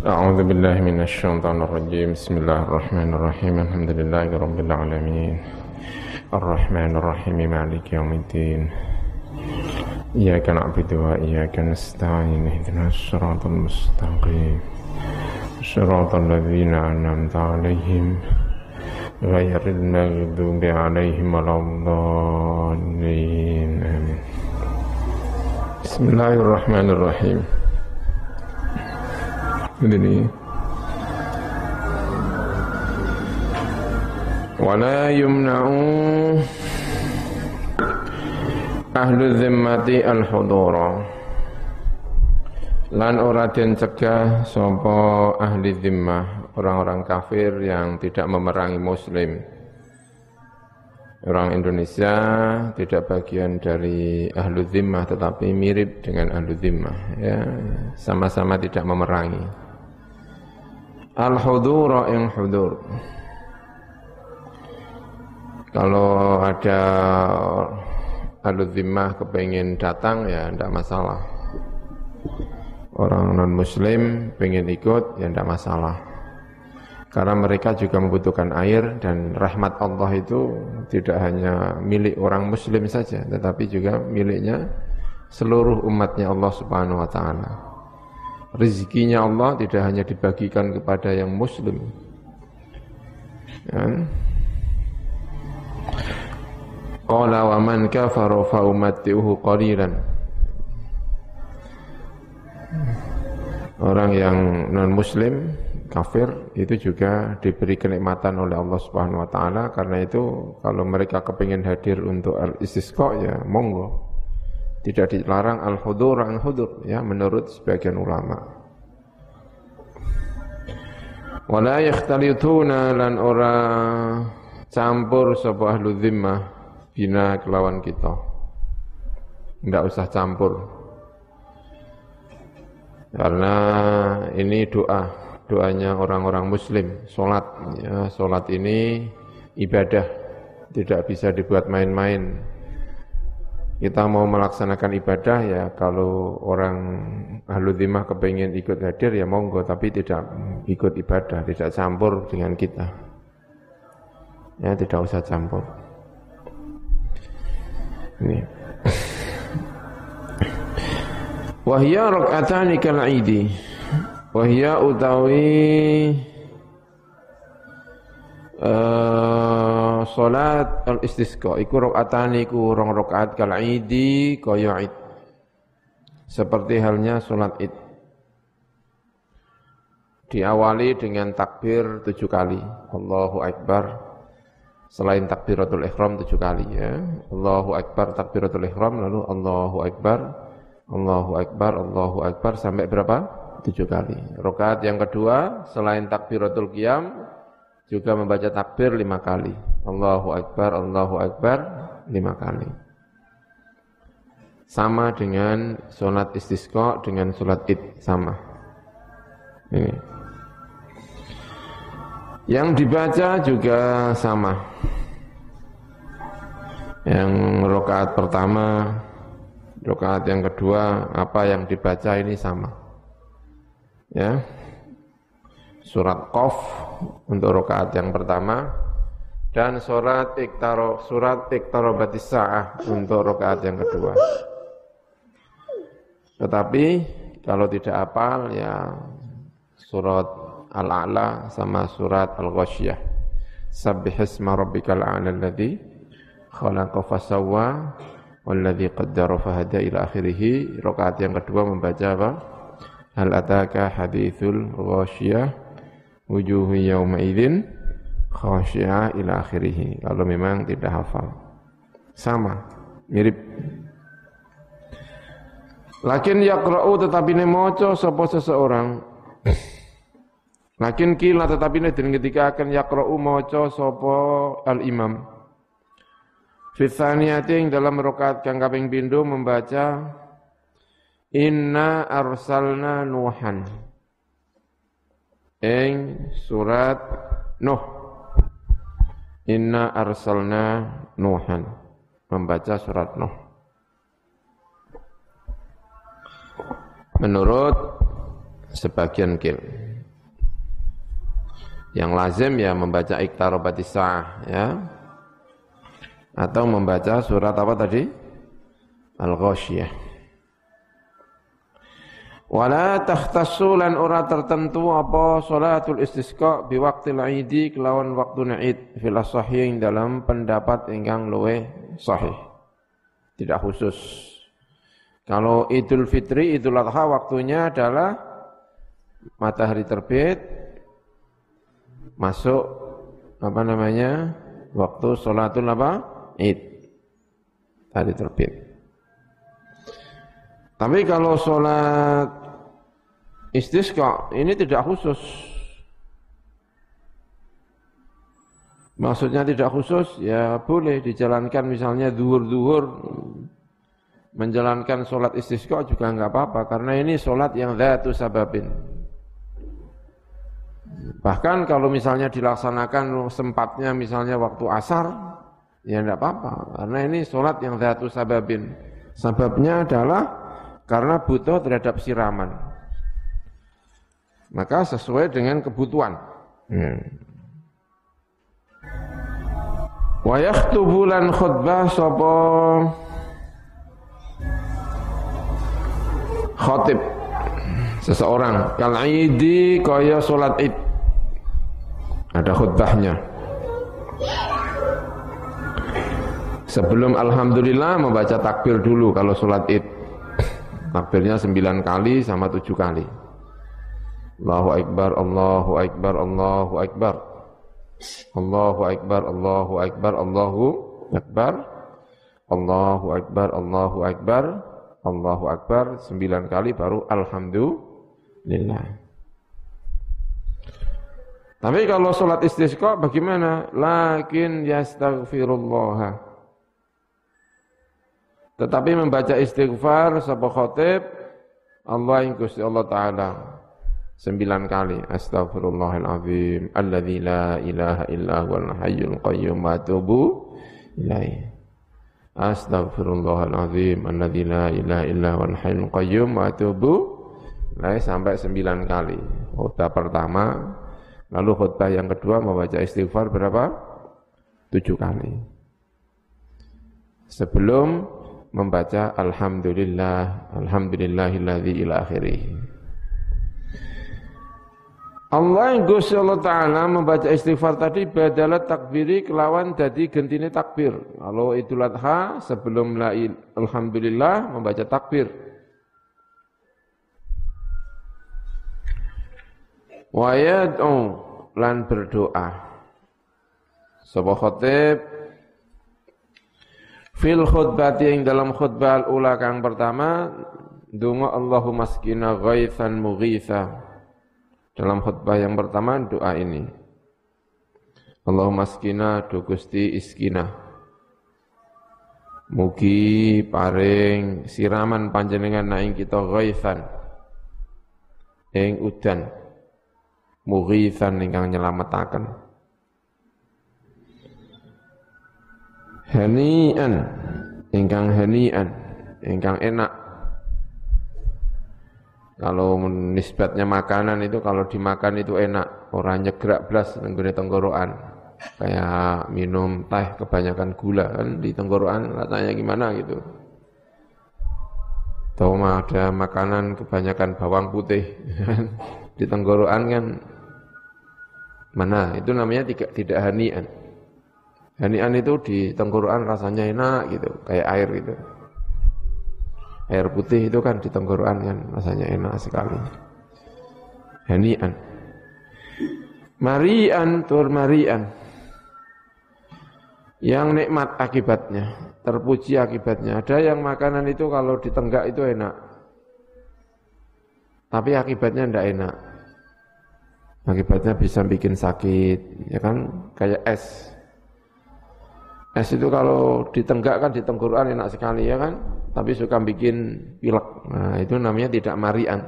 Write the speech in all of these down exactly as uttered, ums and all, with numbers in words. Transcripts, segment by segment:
أعوذ بالله من الشيطان الرجيم بسم الله الرحمن الرحيم الحمد لله رب العالمين الرحمن الرحيم مالك يوم الدين إياك نعبد وإياك نستعين اهدنا الصراط المستقيم صراط الذين أنعمت عليهم غير المغضوب عليهم ولا الضالين آمين. بسم الله الرحمن الرحيم. Ini wala yumna'u ahlu zimmati al-hudura lan ora den cegah sapa ahli zimmah, orang-orang kafir yang tidak memerangi muslim. Orang Indonesia tidak bagian dari ahlu zimmah tetapi mirip dengan ahlu zimmah, ya, sama-sama tidak memerangi. Al-hudura yang hudur. Kalau ada ahlu zimmah kepingin datang, ya tidak masalah. Orang non-muslim pengen ikut, ya tidak masalah. Karena mereka juga membutuhkan air, dan rahmat Allah itu tidak hanya milik orang muslim saja, tetapi juga miliknya seluruh umatnya Allah Subhanahu wa ta'ala. Rezekinya Allah tidak hanya dibagikan kepada yang muslim, ya. Qala wa man kafara fa umatti'uhu qalilan. Orang yang non-muslim, kafir, itu juga diberi kenikmatan oleh Allah Subhanahu wa ta'ala. Karena itu kalau mereka kepingin hadir untuk al-istisqa, ya monggo. Tidak dilarang al-hudur al-hudur, ya, menurut sebagian ulama. Wala yakhtalituna lan ora campur sapa ahlu zimmah bina kelawan kita. Tidak usah campur. Karena ini doa, doanya orang-orang muslim, salat, ya, salat ini ibadah, tidak bisa dibuat main-main. Kita mau melaksanakan ibadah, ya kalau orang ahlu zimmah kepingin ikut hadir, ya monggo, tapi tidak ikut ibadah, tidak campur dengan kita. Ya, tidak usah campur. Ini. Wahya rak'atani kal'idi. Wahya utawi Uh, salat al-istisqa iku rakaatane iku rong rakaat kal idi kaya id, seperti halnya salat id. Diawali dengan takbir tujuh kali, Allahu Akbar, selain takbiratul ihram tujuh kali, ya. Allahu Akbar takbiratul ihram, lalu Allahu Akbar, Allahu Akbar, Allahu Akbar sampai berapa? Tujuh kali. Rakaat yang kedua selain takbiratul qiyam juga membaca takbir lima kali. Allahu Akbar, Allahu Akbar, lima kali. Sama dengan sholat istisqa, dengan sholat id, sama. Ini. Yang dibaca juga sama. Yang rakaat pertama, rakaat yang kedua, apa yang dibaca ini sama. Ya. Surat Qaf untuk rakaat yang pertama, dan surat iktaro surat iktarabatis saah untuk rakaat yang kedua. Tetapi kalau tidak hafal, ya surat Al-A'la sama surat Al-Ghasyiyah. Sabbihisma rabbikal a'la alladzi khalaqa fasawwa walladzi qaddara fahada ila akhirih. Rakaat yang kedua membaca apa? Hal ataka hadithul ghasyiyah wujuhu yawma idzin khashi'ah ila akhirih. Kalau memang tidak hafal, sama, mirip. Lakin yaqra'u tetapi ne maca sapa seseorang. Lakin kila tetapi ne den ketika akan yaqra'u maca sapa al-imam. Fi tsaniyati dalam rakaat kang kaping pindho membaca inna arsalna nuhan. Ing surat Nuh. Inna arsalna Nuhan. Membaca surat Nuh. Menurut sebagian kil. Yang lazim ya membaca iqtarabatis saah ya. Atau membaca surat apa tadi? Al-Ghasyiyah. Wala takhtassu lan ora tertentu apa salatul istisqa bi waqtil idi kelawan waktune id fil sahih dalam pendapat ingkang luweh sahih. Tidak khusus. Kalau Idul Fitri, Idul Adha waktunya adalah matahari terbit masuk apa namanya? Waktu salatul apa? Id. Matahari terbit. Tapi kalau salat istisqa ini tidak khusus. Maksudnya tidak khusus, ya boleh dijalankan misalnya zuhur-zuhur, menjalankan sholat istisqa juga enggak apa-apa, karena ini sholat yang dzatu sababin. Bahkan kalau misalnya dilaksanakan sempatnya misalnya waktu asar, ya enggak apa-apa, karena ini sholat yang dzatu sababin. Sebabnya adalah karena butuh terhadap siraman. Maka sesuai dengan kebutuhan. Hmm. Wa yakhtubu lan khutbah sapa khatib seseorang kal idi kaya salat id. Ada khutbahnya. Sebelum alhamdulillah membaca takbir dulu kalau salat id. Takbirnya sembilan kali sama tujuh kali. Allahu Akbar, Allahu Akbar, Allahu Akbar. Allahu Akbar, Allahu Akbar, Allahu Akbar. Allahu Akbar, Allahu Akbar, Allahu Akbar. Sembilan kali baru alhamdulillah. Tapi kalau sholat istisqa bagaimana? Lakin yastaghfirullah. Tetapi membaca istighfar sapa khatib Allah yang Gusti Allah Ta'ala sembilan kali astaghfirullahalazim alladzi la ilaha illa huwal hayyul qayyum wa atubu ilaihi. Astaghfirullahalazim alladzi la ilaha illa huwal hayyul qayyum wa atubu ilaihi sampai sembilan kali. Khutbah pertama, lalu khutbah yang kedua membaca istighfar berapa? Tujuh kali. Sebelum membaca alhamdulillah alhamdulillahilladzi ila akhirih. Allah yang Gusti Allah Ta'ala membaca istighfar tadi badalah takbiri kelawan dadi gentine takbir. Kalau Idul Adha sebelum la alhamdulillah membaca takbir. Wa yad'u lan berdoa. Sapa khatib fil khutbati ing dalam khutbah al-ula kang pertama donga Allahumma askina ghaitsan mughitsa. Dalam khutbah yang pertama doa ini. Allahumma askina do Gusti iskina. Mugi paring siraman panjenengan na ing kita ghaitsan. Ing udan. Mughitsan ingkang nyelametaken. Hani'an ingkang hani'an ingkang enak. Kalau nisbatnya makanan itu kalau dimakan itu enak, orang nyegrak blas tenggone tenggorokan. Kayak minum teh kebanyakan gula kan di tenggorokan rasanya gimana gitu. Atau ada makanan kebanyakan bawang putih di tenggorokan kan mana itu namanya tidak tidak hanian. Hanian itu di tenggorokan rasanya enak gitu, kayak air gitu. Air putih itu kan di tenggorokan kan rasanya enak sekali. Hanian. Marian tur marian. Yang nikmat akibatnya, terpuji akibatnya. Ada yang makanan itu kalau ditenggak itu enak. Tapi akibatnya tidak enak. Akibatnya bisa bikin sakit, ya kan? Kayak es. Es itu kalau ditenggak kan di tenggorokan enak sekali ya kan, tapi suka bikin pilek. Nah itu namanya tidak marian.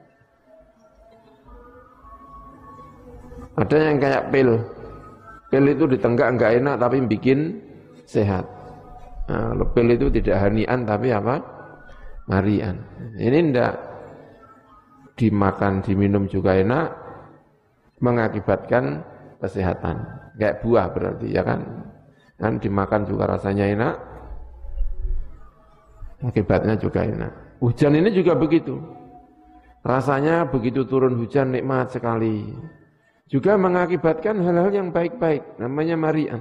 Ada yang kayak pil. Pil itu ditenggak enggak enak tapi bikin sehat. Nah, pil itu tidak hanian tapi apa? Marian. Ini enggak dimakan, diminum juga enak, mengakibatkan kesehatan. Kayak buah berarti ya kan. Kan dimakan juga rasanya enak, akibatnya juga enak. Hujan ini juga begitu. Rasanya begitu turun hujan nikmat sekali. Juga mengakibatkan hal-hal yang baik-baik, namanya marian.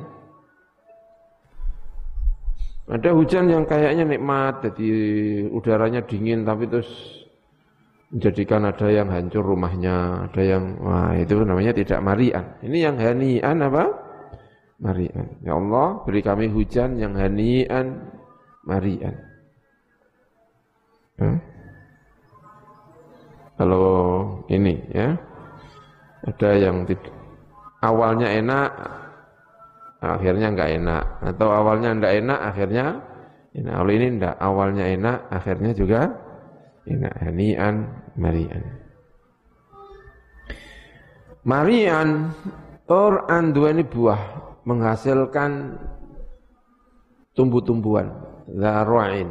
Ada hujan yang kayaknya nikmat, jadi udaranya dingin tapi terus menjadikan ada yang hancur rumahnya, ada yang, wah itu namanya tidak marian. Ini yang hanian apa? Marian. Ya Allah, beri kami hujan yang hanian, marian. Hmm? Kalau ini ya, ada yang tidak, awalnya enak, akhirnya enggak enak, atau awalnya enggak enak, akhirnya enak. Kalau ini enggak, awalnya enak, akhirnya juga enak. Hanian, marian. Marian, or anduani buah, menghasilkan tumbuh-tumbuhan, zara'in.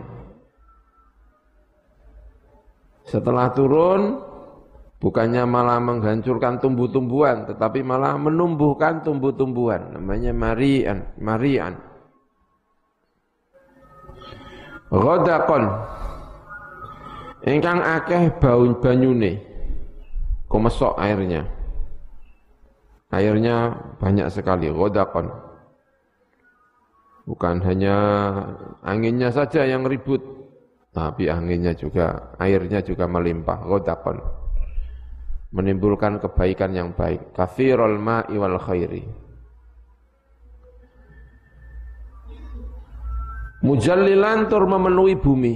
Setelah turun, bukannya malah menghancurkan tumbuh-tumbuhan, tetapi malah menumbuhkan tumbuh-tumbuhan. Namanya marian, marian. Ghadaqan, ingkang akeh baun banyune, kumesok airnya. Airnya banyak sekali, ghadaqan. Bukan hanya anginnya saja yang ribut, tapi anginnya juga, airnya juga melimpah, ghadaqan. Menimbulkan kebaikan yang baik. Kathirul ma'i wal khairi. Mujallilan tur memenuhi bumi.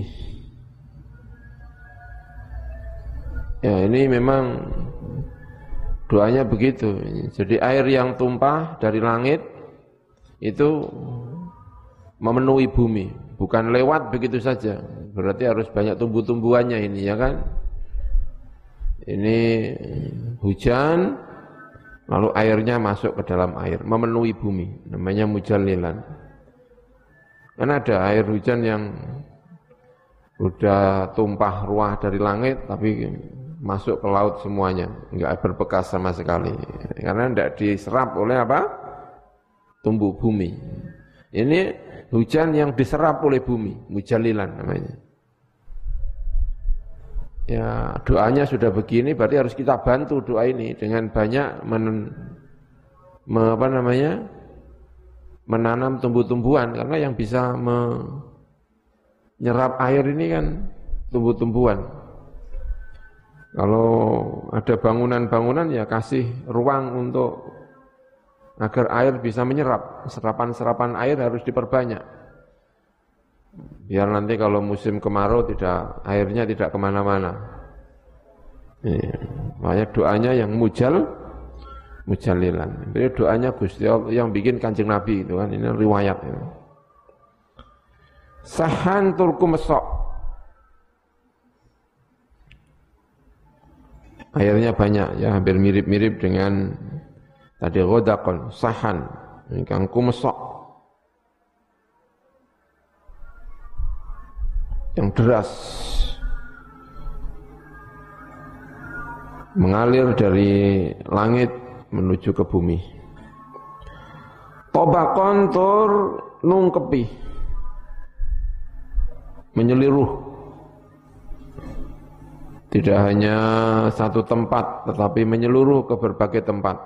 Ya ini memang doanya begitu. Jadi air yang tumpah dari langit itu memenuhi bumi, bukan lewat begitu saja. Berarti harus banyak tumbuh-tumbuhannya ini ya kan. Ini hujan lalu airnya masuk ke dalam air, memenuhi bumi, namanya mujallilan. Kan ada air hujan yang udah tumpah ruah dari langit tapi masuk ke laut semuanya, enggak berbekas sama sekali. Karena enggak diserap oleh apa? Tumbuh bumi. Ini hujan yang diserap oleh bumi, mujallilan namanya. Ya, doanya sudah begini, berarti harus kita bantu doa ini dengan banyak men, me, apa namanya, menanam tumbuh-tumbuhan, karena yang bisa menyerap air ini kan tumbuh-tumbuhan. Kalau ada bangunan-bangunan ya kasih ruang untuk agar air bisa menyerap, serapan-serapan air harus diperbanyak. Biar nanti kalau musim kemarau tidak, airnya tidak kemana-mana. Makanya doanya yang mujal, mujallilan. Jadi doanya Gusti Allah yang bikin Kanjeng Nabi itu kan, ini riwayat. Ya. Sahan turku mesok. Airnya banyak ya, hampir mirip-mirip dengan tadi ghadaqan, sahan, ingkang kumesok. Yang deras mengalir dari langit menuju ke bumi. Tobakon tur nungkepi, menyeliruh, tidak hanya satu tempat tetapi menyeluruh ke berbagai tempat.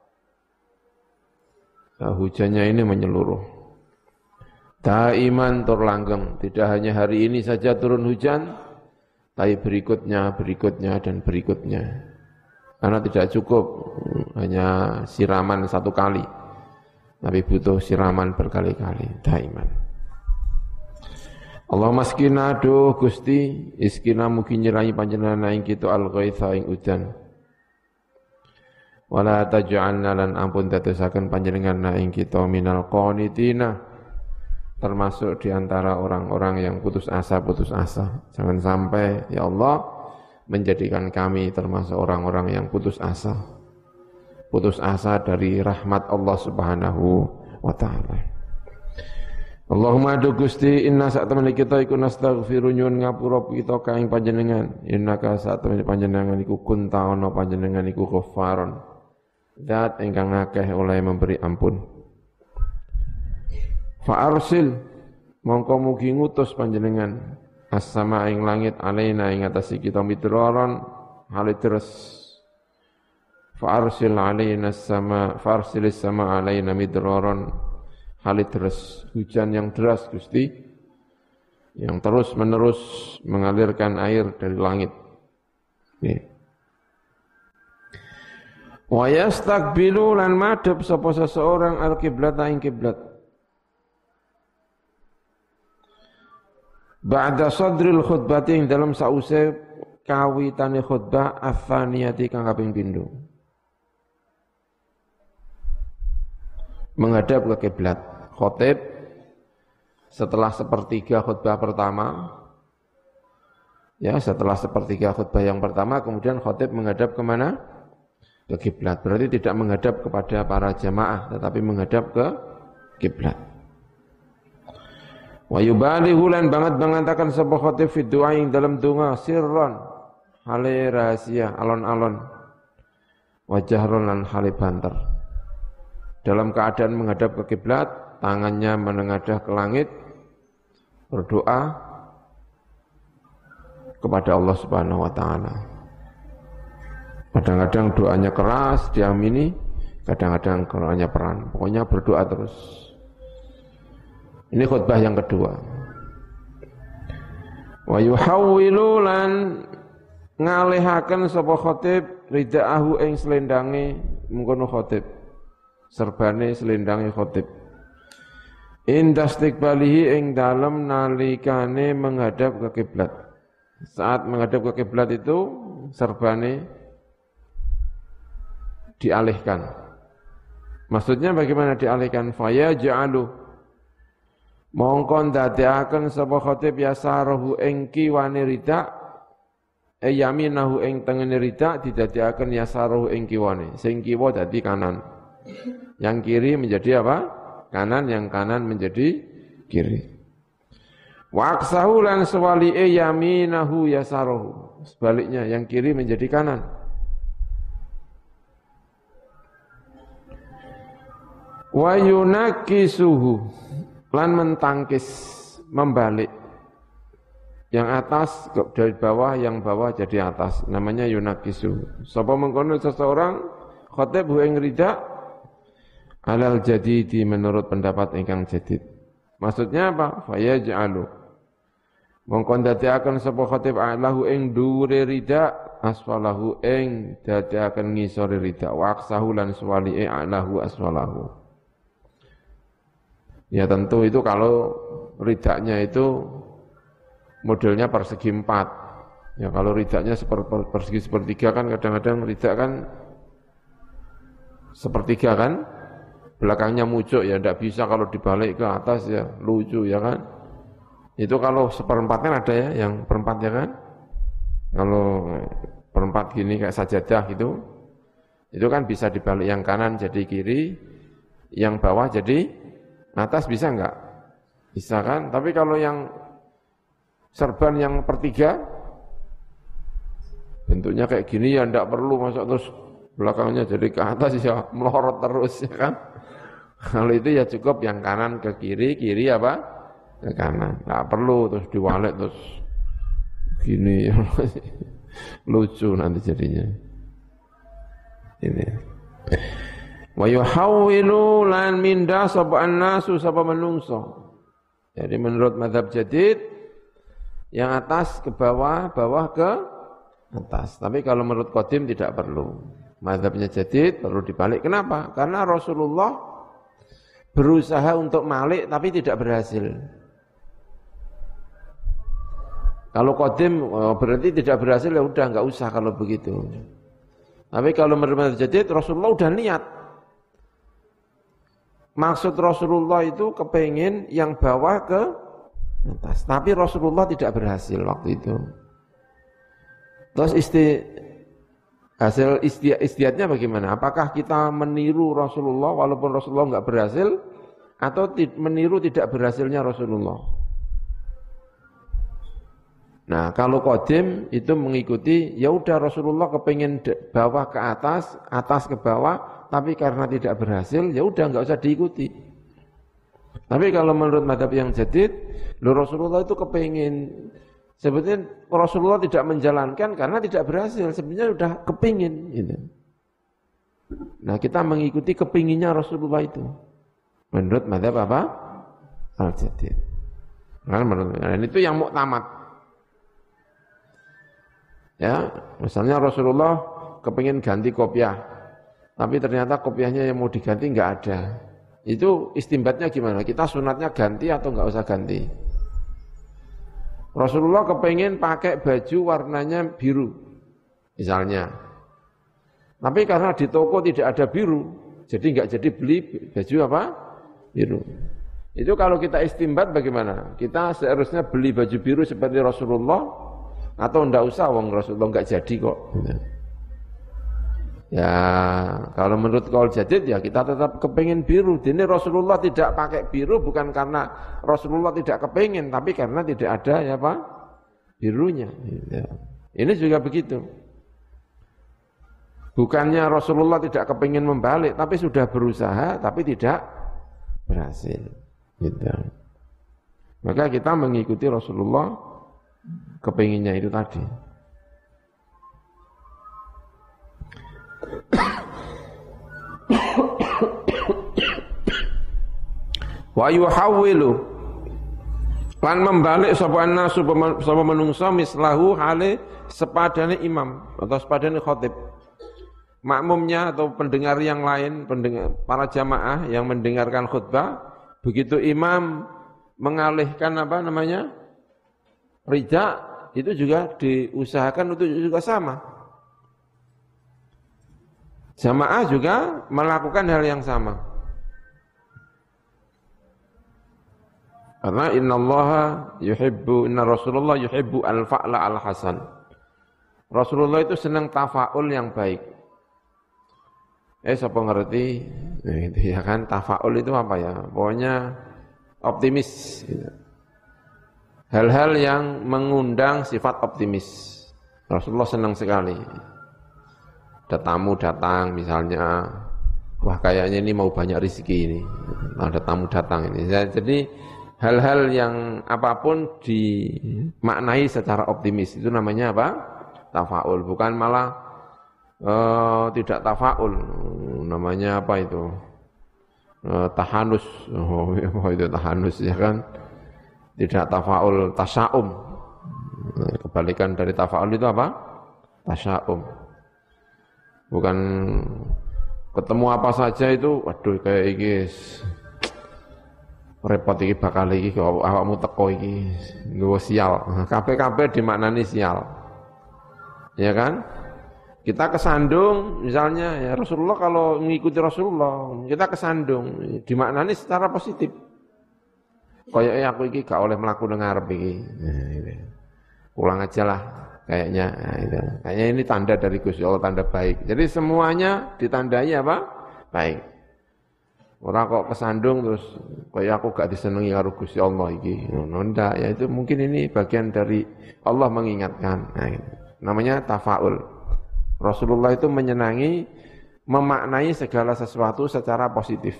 Nah, hujannya ini menyeluruh. Daiman tur langgeng, tidak hanya hari ini saja turun hujan, tapi berikutnya, berikutnya, dan berikutnya. Karena tidak cukup hanya siraman satu kali, tapi butuh siraman berkali-kali, daiman. Allahumma skina duh Gusti, iskina mugi nyerai panjenengan ing kita al-ghaitha ing udan. Wala taj'alna lan ampun dadosaken panjenengan ing kita minal qanitina, termasuk di antara orang-orang yang putus asa, putus asa. Jangan sampai, ya Allah, menjadikan kami termasuk orang-orang yang putus asa. Putus asa dari rahmat Allah Subhanahu wa ta'ala. Allahumma adu Gusti, inna saat teman kita iku nastaghfiru nyuwun ngapura kita ka ing panjenengan. Innaka saat teman panjenengan iku kunta ana panjenengan iku ghafaron. zat ingkang akeh oleh memberi ampun. Fa arsil mongko mugi ngutus panjenengan as-sama ing langit alaina ing atase kita midraron hale terus. Fa arsil alaina as-sama fa arsilis sama alaina midraron hale terus hujan yang deras Gusti yang terus menerus mengalirkan air dari langit. Nih. Wa yastaqbilu lan madhep sapa seseorang al-qiblat ing kiblat. Ba'da sadril khutbati ing dalam sause kawitane khutbah ats-tsaniyati kang kaping pindho. Menghadap ke kiblat. Khatib setelah sepertiga khutbah pertama, ya setelah sepertiga khutbah yang pertama, kemudian khatib menghadap kemana? Ke kiblat. Berarti tidak menghadap kepada para jamaah, tetapi menghadap ke kiblat. Wa yubalighu lan banget mengatakan sebuah khatib fi doa ing dalam donga sirron hale rahasia alon-alon wa jahron lan hale banter. Dalam keadaan menghadap ke kiblat, tangannya menengadah ke langit, berdoa kepada Allah Subhanahu wa taala. Kadang-kadang doanya keras, diamini, kadang-kadang doanya peran. Pokoknya berdoa terus. Ini khutbah yang kedua. Wa yuhawwilu lan ngalihaken sapa khatib ridaahu ing selendange mengkono khatib. Serbane selendange khatib. Indastikbalihi ing dalem nalikane menghadap ke kiblat. Saat menghadap ke kiblat itu serbane dialihkan. Maksudnya bagaimana dialihkan? Faya ja'alu mongkon dadekaken sapa khatib yasarahu ing kiwane rida e yaminahu ing tengene rida didadekaken yasarahu ing kiwane. Sing kiwa dadi kanan. Yang kiri menjadi apa? Kanan, yang kanan menjadi kiri. Wa aksahu lan sewali'e yaminahu yasarahu. Sebaliknya yang kiri menjadi kanan. Wa yunakisuhu lan mentangkis membalik yang atas dari bawah, yang bawah jadi atas, namanya yunakisuhu. Sapa mengkono seseorang khatib hu ing rida alal jadidi menurut pendapat ingkang jadid. Maksudnya apa? Fa yaj'alu mongkon dadekaken sapa khatib alahu ing dhuwure rida asfalahu ing dadekaken ngisore rida wa aksahu lan swali'e alahu asfalahu. Ya tentu itu kalau ridaknya itu modelnya persegi empat. Ya kalau ridaknya seper, persegi sepertiga kan kadang-kadang ridak kan sepertiga kan, belakangnya mucuk ya, tidak bisa kalau dibalik ke atas ya lucu ya kan. Itu kalau seperempat kan ada ya yang perempat ya kan. Kalau perempat gini kayak sajadah gitu, itu kan bisa dibalik yang kanan jadi kiri, yang bawah jadi atas, bisa enggak? Bisa kan? Tapi kalau yang serban yang pertiga bentuknya kayak gini ya enggak perlu masuk terus belakangnya jadi ke atas ya melorot terus ya kan. Kalau itu ya cukup yang kanan ke kiri, kiri apa? Ke kanan. Enggak perlu terus diwalik terus gini lucu nanti jadinya. Ini. Wa yuhawwilu lan minda sapa annasu sapa menungso. Jadi menurut mazhab jadid yang atas ke bawah, bawah ke atas. Tapi kalau menurut qadim tidak perlu. Mazhabnya jadid perlu dibalik. Kenapa? Karena Rasulullah berusaha untuk malik tapi tidak berhasil. Kalau qadim oh, berarti tidak berhasil ya udah enggak usah kalau begitu. Tapi kalau menurut mazhab jadid Rasulullah udah niat. Maksud Rasulullah itu kepingin yang bawah ke atas. Tapi Rasulullah tidak berhasil waktu itu. Terus isti, hasil isti, istiadnya bagaimana? Apakah kita meniru Rasulullah walaupun Rasulullah enggak berhasil? Atau meniru tidak berhasilnya Rasulullah? Nah, kalau qadim itu mengikuti, ya udah Rasulullah kepingin bawah ke atas, atas ke bawah, tapi karena tidak berhasil, ya udah nggak usah diikuti. Tapi kalau menurut madhab yang jadid, Rasulullah itu kepingin, sebetulnya Rasulullah tidak menjalankan karena tidak berhasil, sebenarnya sudah kepingin. Gitu. Nah, kita mengikuti kepinginnya Rasulullah itu. Menurut madhab apa? Al-Jadid. Nah, menurut, dan itu yang muktamad. Ya, misalnya Rasulullah kepingin ganti kopiah, tapi ternyata kopiahnya yang mau diganti nggak ada. Itu istimbatnya gimana? Kita sunatnya ganti atau nggak usah ganti? Rasulullah kepingin pakai baju warnanya biru, misalnya. Tapi karena di toko tidak ada biru, jadi nggak jadi beli baju apa? Biru. Itu kalau kita istimbat bagaimana? Kita seharusnya beli baju biru seperti Rasulullah, atau ndak usah, wong Rasulullah enggak jadi kok. Ya, kalau menurut kaul jadid ya kita tetap kepingin biru. Ini Rasulullah tidak pakai biru bukan karena Rasulullah tidak kepingin, tapi karena tidak ada ya apa? Birunya. Ya. Ini juga begitu. Bukannya Rasulullah tidak kepingin membalik, tapi sudah berusaha, tapi tidak berhasil. Gitu. Maka kita mengikuti Rasulullah kepinginnya itu tadi. Wa yuhawwilu lan membalik sapa nasu sapa menungsa mislahu hale sepadane imam atau sepadane khatib. Makmumnya atau pendengar yang lain, pendengar para jamaah yang mendengarkan khutbah, begitu imam mengalihkan apa namanya? Rida itu juga diusahakan untuk juga sama. Jamaah juga melakukan hal yang sama. Karena innallaha yuhibbu inna Rasulullah yuhibbu al-fa'la al-hasan. Rasulullah itu senang tafaul yang baik. Eh siapa ngerti? Nah, itu ya kan tafaul itu apa ya? Pokoknya optimis gitu. Hal-hal yang mengundang sifat optimis. Rasulullah senang sekali. Ada tamu datang misalnya, wah kayaknya ini mau banyak rezeki ini. Ada tamu datang ini. Jadi hal-hal yang apapun dimaknai secara optimis itu namanya apa? Tafaul. Bukan malah uh, tidak tafaul. Namanya apa itu? Uh, tahanus. Oh, itu tahanus ya kan? Tidak tafaul, tasaum. Kebalikan dari tafaul itu apa? Tasaum. Bukan ketemu apa saja itu, waduh kayak iki repot iki bakal iki awakmu teko iki nggo sial. Kabeh-kabeh dimaknani sial. Ya kan? Kita kesandung misalnya ya Rasulullah kalau mengikuti Rasulullah, kita kesandung dimaknani secara positif. Kayaknya aku iki gak oleh melaku nang ngarep iki. Nah, gitu. Pulang aja lah kayaknya. Nah, itu. Kayaknya ini tanda dari Gusti Allah, tanda baik. Jadi semuanya ditandai apa? Baik. Orang kok kesandung terus kayak aku gak disenangi karo Gusti Allah iki. No, ndak ya itu mungkin ini bagian dari Allah mengingatkan. Nah, gitu. Namanya tafaul. Rasulullah itu menyenangi, memaknai segala sesuatu secara positif.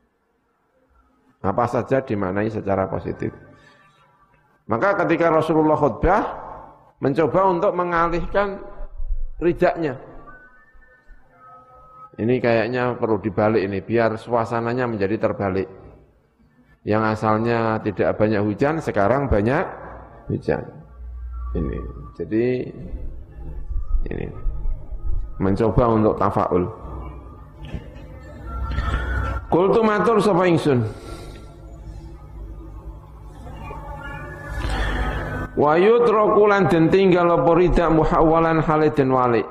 Apa saja dimaknai secara positif. Maka ketika Rasulullah khutbah, mencoba untuk mengalihkan ridaknya. Ini kayaknya perlu dibalik ini, biar suasananya menjadi terbalik. Yang asalnya tidak banyak hujan, sekarang banyak hujan. Ini, jadi ini mencoba untuk tafaul. Qultu matur sapa ingsun. Wa yutraku lan den tinggal apa rida muhawwalan halidin walik.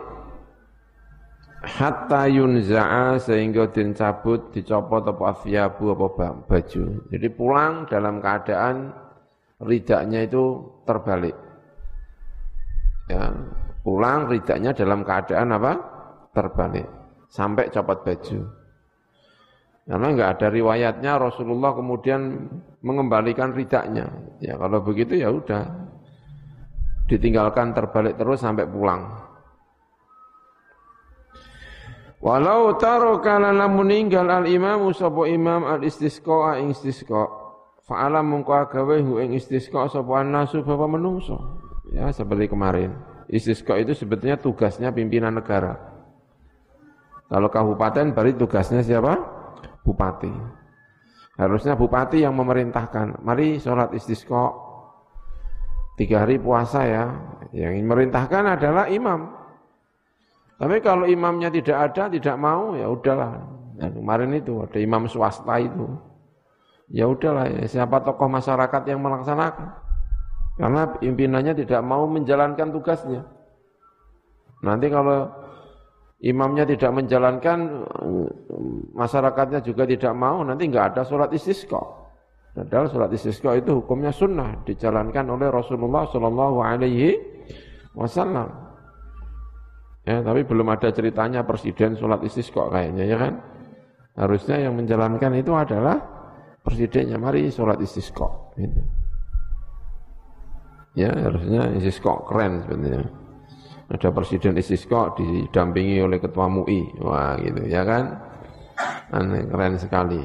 Hatta yunza'a sehingga den cabut dicopot apa asyabu apa baju. Jadi pulang dalam keadaan ridaknya itu terbalik. Ya, pulang ridaknya dalam keadaan apa? Terbalik. Sampai copot baju. Karena enggak ada riwayatnya Rasulullah kemudian mengembalikan ridaknya. Ya kalau begitu ya udah. ditinggalkan terbalik terus sampai pulang. Walau taraka lana meninggal al-imamu sapa imam al-istisqa ing istisqa fa'ala mungko agawe hu ing istisqa sapa nasu bapa menungso. Ya seperti kemarin. Istisqa itu sebetulnya tugasnya pimpinan negara. Kalau kabupaten berarti tugasnya siapa? Bupati. Harusnya bupati yang memerintahkan. Mari sholat istisqa tiga hari puasa ya. Yang memerintahkan adalah imam. Tapi kalau imamnya tidak ada, tidak mau, ya udahlah. Nah, kemarin itu ada imam swasta itu. Ya udahlah, ya, siapa tokoh masyarakat yang melaksanakan. Karena pimpinannya tidak mau menjalankan tugasnya. Nanti kalau imamnya tidak menjalankan, masyarakatnya juga tidak mau, nanti enggak ada sholat istisqa. Padahal sholat istisqa itu hukumnya sunnah, dijalankan oleh Rasulullah shallallahu alaihi wasallam. Ya, tapi belum ada ceritanya presiden sholat istisqa kayaknya ya kan. Harusnya yang menjalankan itu adalah presidennya. Mari sholat istisqa. Gitu. Ya harusnya istisqa keren sebenarnya. Ada presiden istisqa didampingi oleh ketua M U I. Wah gitu ya kan. Aneh, keren sekali.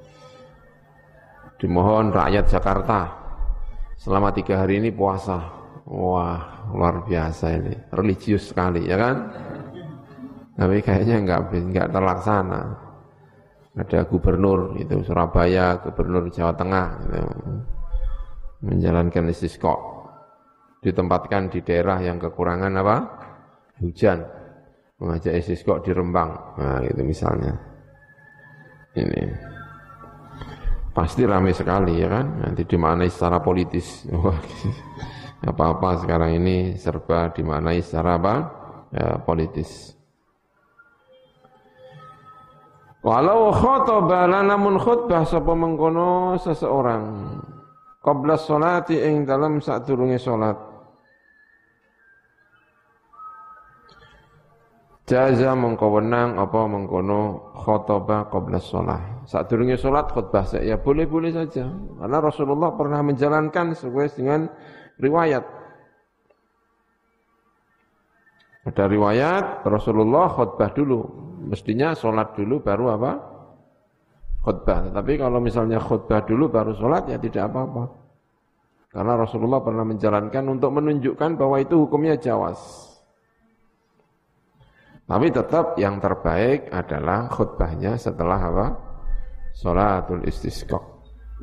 Dimohon rakyat Jakarta selama tiga hari ini puasa. Wah, luar biasa ini, religius sekali, ya kan? Tapi kayaknya enggak, enggak terlaksana. Ada gubernur itu Surabaya, gubernur Jawa Tengah, gitu, menjalankan istisqa, ditempatkan di daerah yang kekurangan apa? Hujan, mengajak istisqa di Rembang, nah gitu misalnya. Ini pasti ramai sekali, ya kan? Nanti dimaknai secara politis. Wah, apa-apa sekarang ini serba dimaknai secara apa? Ya, politis. Walau khotbah namun khutbah sapa mengkono seseorang qabla sholati ing dalam sadurunge salat. Jaza mengko wenang apa mengkono khotbah qabla sholat. Sadurunge salat khutbah ya boleh-boleh saja. Karena Rasulullah pernah menjalankan sesuai dengan riwayat. Ada riwayat Rasulullah khutbah dulu. Mestinya sholat dulu baru apa? Khutbah. Tapi kalau misalnya khutbah dulu baru sholat ya tidak apa-apa. Karena Rasulullah pernah menjalankan untuk menunjukkan bahwa itu hukumnya jawaz. Tapi tetap yang terbaik adalah khutbahnya setelah apa? Sholatul istisqa.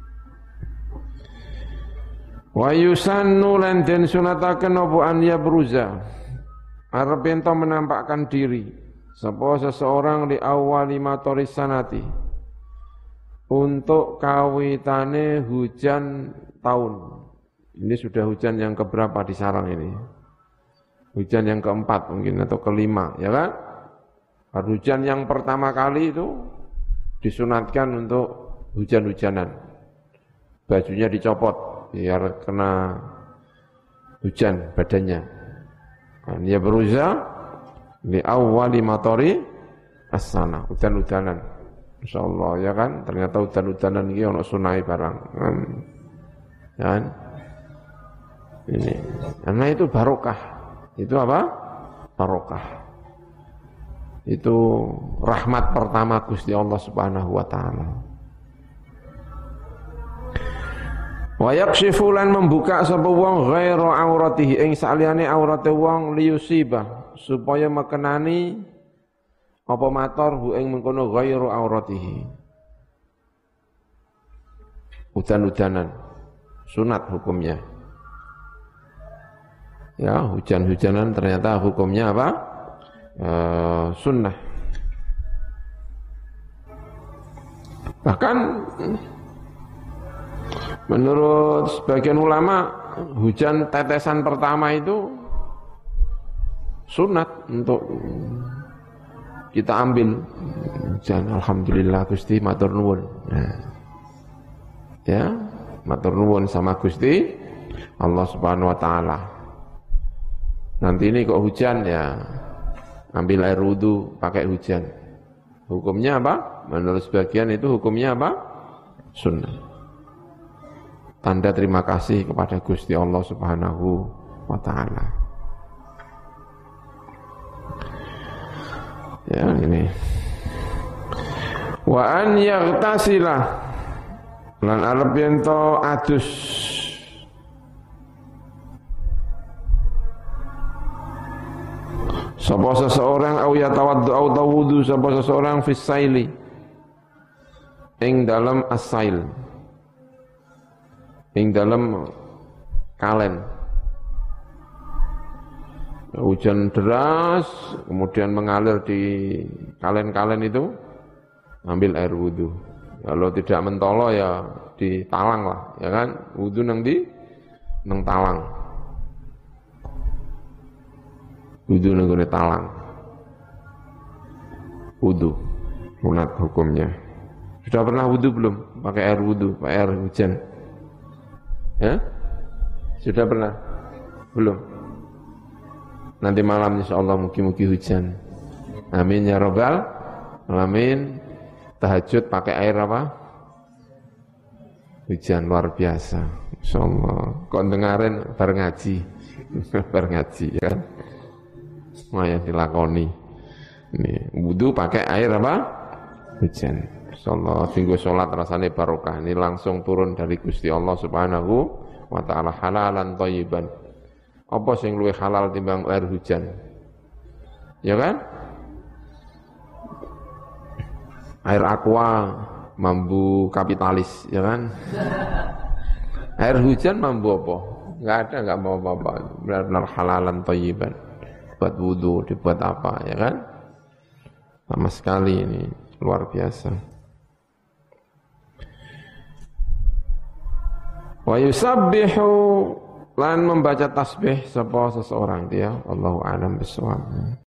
Wa yusannu lan den sunataken apa an yabruza arep ento menampakkan diri sapa seseorang di awali matoris sanati untuk kawitane hujan tahun. Ini sudah hujan yang keberapa di sarang ini? Hujan yang keempat mungkin atau kelima, ya kan? Hujan yang pertama kali itu disunatkan untuk hujan-hujanan. Bajunya dicopot biar kena hujan badannya. Dia berusaha di awali matori as-sana, hujan-hujanan. Insyaallah ya kan, ternyata hujan-hujanan ini ono sunai barang. Kan? Ini. Karena itu barokah. Itu apa? Barokah. Itu rahmat pertama Gusti Allah Subhanahu wa taala. Wa yakshifu lan membuka sapa wong ghairu auratihi ing saliyane aurate wong liyusiba supaya mekenani apa mator hu ing mengkono ghairu auratihi. Hujan-hujanan sunat hukumnya. Ya, hujan-hujanan ternyata hukumnya apa? E, sunnah. Bahkan menurut sebagian ulama, hujan tetesan pertama itu sunat untuk kita ambil. Hujan, alhamdulillah Gusti, matur nuwun. Nah, ya, matur nuwun sama Gusti Allah Subhanahu wa taala. Nanti ini kok hujan ya, ambil air wudu pakai hujan. Hukumnya apa? Menurut sebagian itu hukumnya apa? Sunnah. Tanda terima kasih kepada Gusti Allah Subhanahu wa ta'ala. Ya ini. Wa an yaghtasila lan arep yen to adus sapa seseorang au yatawaddu au tawudu sapa seseorang fis saili ing dalam as-sail ing dalam kalen hujan deras kemudian mengalir di kalen-kalen itu ambil air wudu. Kalau tidak mentolo ya di talang lah, ya kan? Wudu nang di nang talang. Wudu nang gone talang. Wudu sunat hukumnya. Sudah pernah wudu belum? Pakai air wudu, pakai air hujan. Ya? Sudah pernah? Belum. Nanti malam insyaallah mugi-mugi hujan. Amin ya rabbal alamin. Tahajud pakai air apa? Hujan luar biasa. Insyaallah. Kok dengarin bar ngaji. Bar ngaji ya kan. Semuanya dilakoni. Ini wudu pakai air apa? Hujan. Insyaallah tinggal salat rasane barokah. Ini langsung turun dari Gusti Allah Subhanahu wa taala halalan thayyiban. Apa sing luwih halal timbang air hujan? Ya kan? Air aqua mambu kapitalis, ya kan? Air hujan mambu apa? Enggak ada, enggak mau apa-apa. Benar-benar halalan thayyiban. Buat wudu, dibuat apa, ya kan? Sama sekali ini luar biasa. Wa yusabbihu lan membaca tasbih sapa seseorang dia, Allahu a'lam bishawab.